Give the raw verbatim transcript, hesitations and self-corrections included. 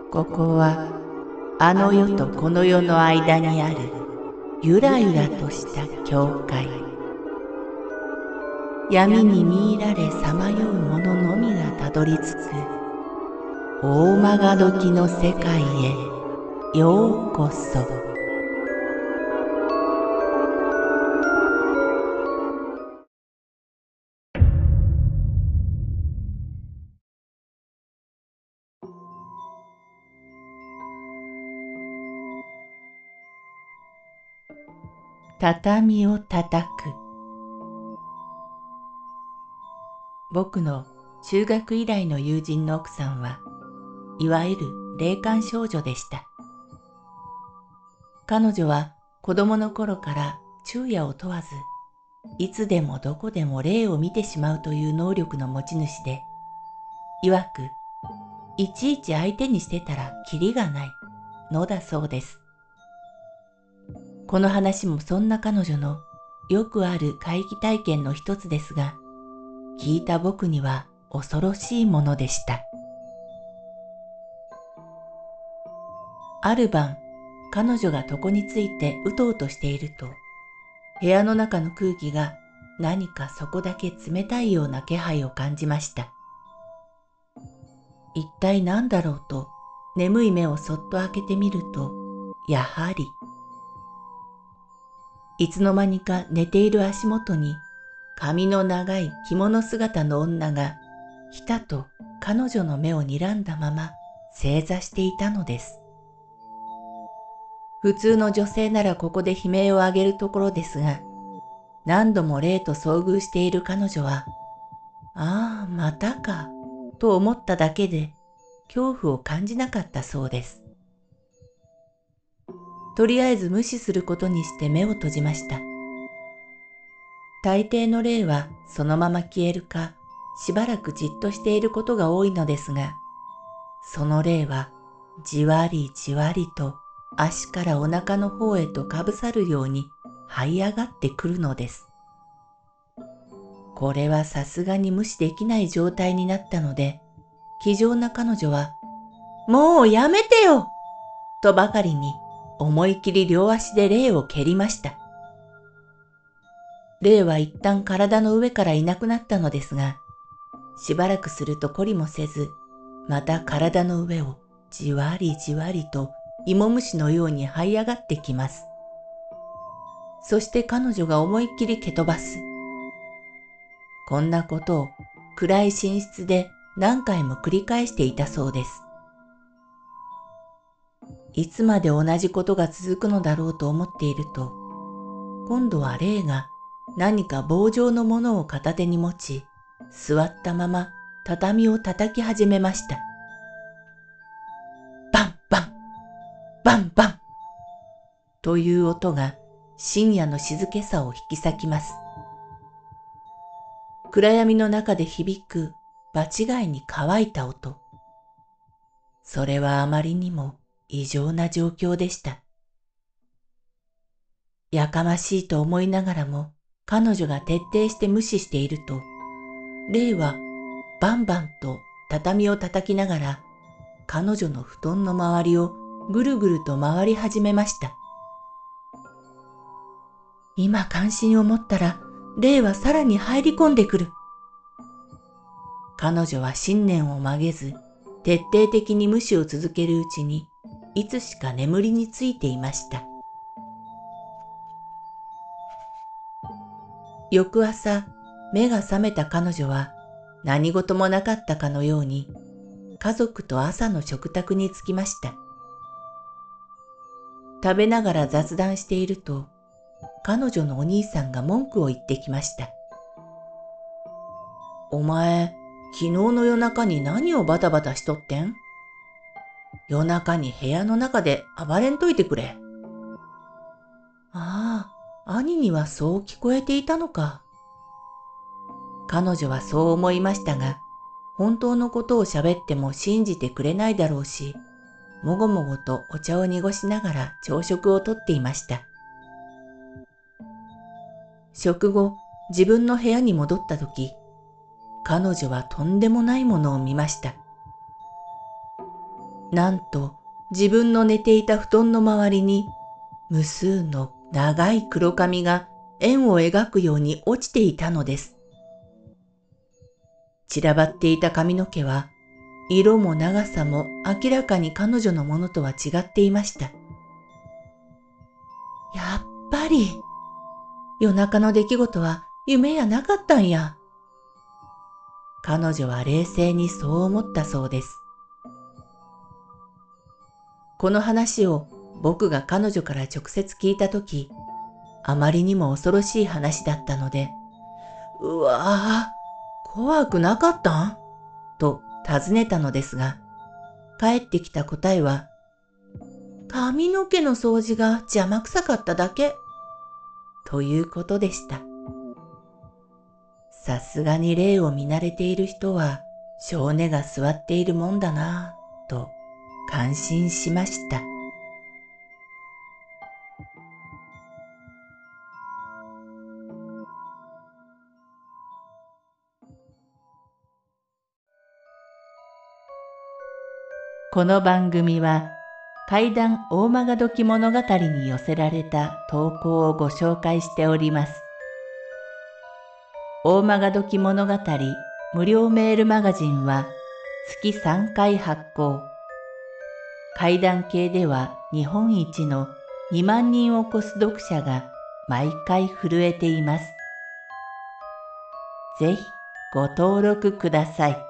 ここはあの世とこの世の間にあるゆらゆらとした境界。闇に見入られさまよう者のみがたどり着く大曲どきの世界へようこそ。畳を叩く。僕の中学以来の友人の奥さんはいわゆる霊感少女でした。彼女は子供の頃から昼夜を問わずいつでもどこでも霊を見てしまうという能力の持ち主で、いわくいちいち相手にしてたらキリがないのだそうです。この話もそんな彼女のよくある怪奇体験の一つですが、聞いた僕には恐ろしいものでした。ある晩、彼女が床についてうとうとしていると、部屋の中の空気が何かそこだけ冷たいような気配を感じました。一体何だろうと眠い目をそっと開けてみると、やはり、いつの間にか寝ている足元に髪の長い着物姿の女がひたと彼女の目を睨んだまま正座していたのです。普通の女性ならここで悲鳴を上げるところですが、何度も霊と遭遇している彼女は、ああ、またか、と思っただけで恐怖を感じなかったそうです。とりあえず無視することにして目を閉じました。大抵の霊はそのまま消えるか、しばらくじっとしていることが多いのですが、その霊はじわりじわりと足からお腹の方へとかぶさるように這い上がってくるのです。これはさすがに無視できない状態になったので、気丈な彼女は、もうやめてよとばかりに思い切り両足で霊を蹴りました。霊は一旦体の上からいなくなったのですが、しばらくすると懲りもせず、また体の上をじわりじわりと芋虫のように這い上がってきます。そして彼女が思いっきり蹴飛ばす。こんなことを暗い寝室で何回も繰り返していたそうです。いつまで同じことが続くのだろうと思っていると、今度は霊が何か棒状のものを片手に持ち、座ったまま畳を叩き始めました。バンバン、バンバンという音が深夜の静けさを引き裂きます。暗闇の中で響く場違いに乾いた音。それはあまりにも異常な状況でした。やかましいと思いながらも彼女が徹底して無視していると、霊はバンバンと畳を叩きながら彼女の布団の周りをぐるぐると回り始めました。今関心を持ったら霊はさらに入り込んでくる。彼女は信念を曲げず徹底的に無視を続けるうちにいつしか眠りについていました。翌朝、目が覚めた彼女は何事もなかったかのように家族と朝の食卓に着きました。食べながら雑談していると、彼女のお兄さんが文句を言ってきました。お前、昨日の夜中に何をバタバタしとってん？夜中に部屋の中で暴れんといてくれ。ああ、兄にはそう聞こえていたのか。彼女はそう思いましたが、本当のことを喋っても信じてくれないだろうし、もごもごとお茶を濁しながら朝食をとっていました。食後、自分の部屋に戻ったとき、彼女はとんでもないものを見ました。 なんと自分の寝ていた布団の周りに無数の長い黒髪が円を描くように落ちていたのです。散らばっていた髪の毛は色も長さも明らかに彼女のものとは違っていました。やっぱり夜中の出来事は夢やなかったんや。彼女は冷静にそう思ったそうです。この話を僕が彼女から直接聞いたとき、あまりにも恐ろしい話だったので、うわぁ、怖くなかったんと尋ねたのですが、返ってきた答えは、髪の毛の掃除が邪魔くさかっただけ、ということでした。さすがに霊を見慣れている人は、性根が座っているもんだなぁ、と感心しました。この番組は怪談大曲どき物語に寄せられた投稿をご紹介しております。大曲どき物語無料メールマガジンは月さんかい発行。怪談系では日本一のにまんにんを超す読者が毎回震えています。ぜひご登録ください。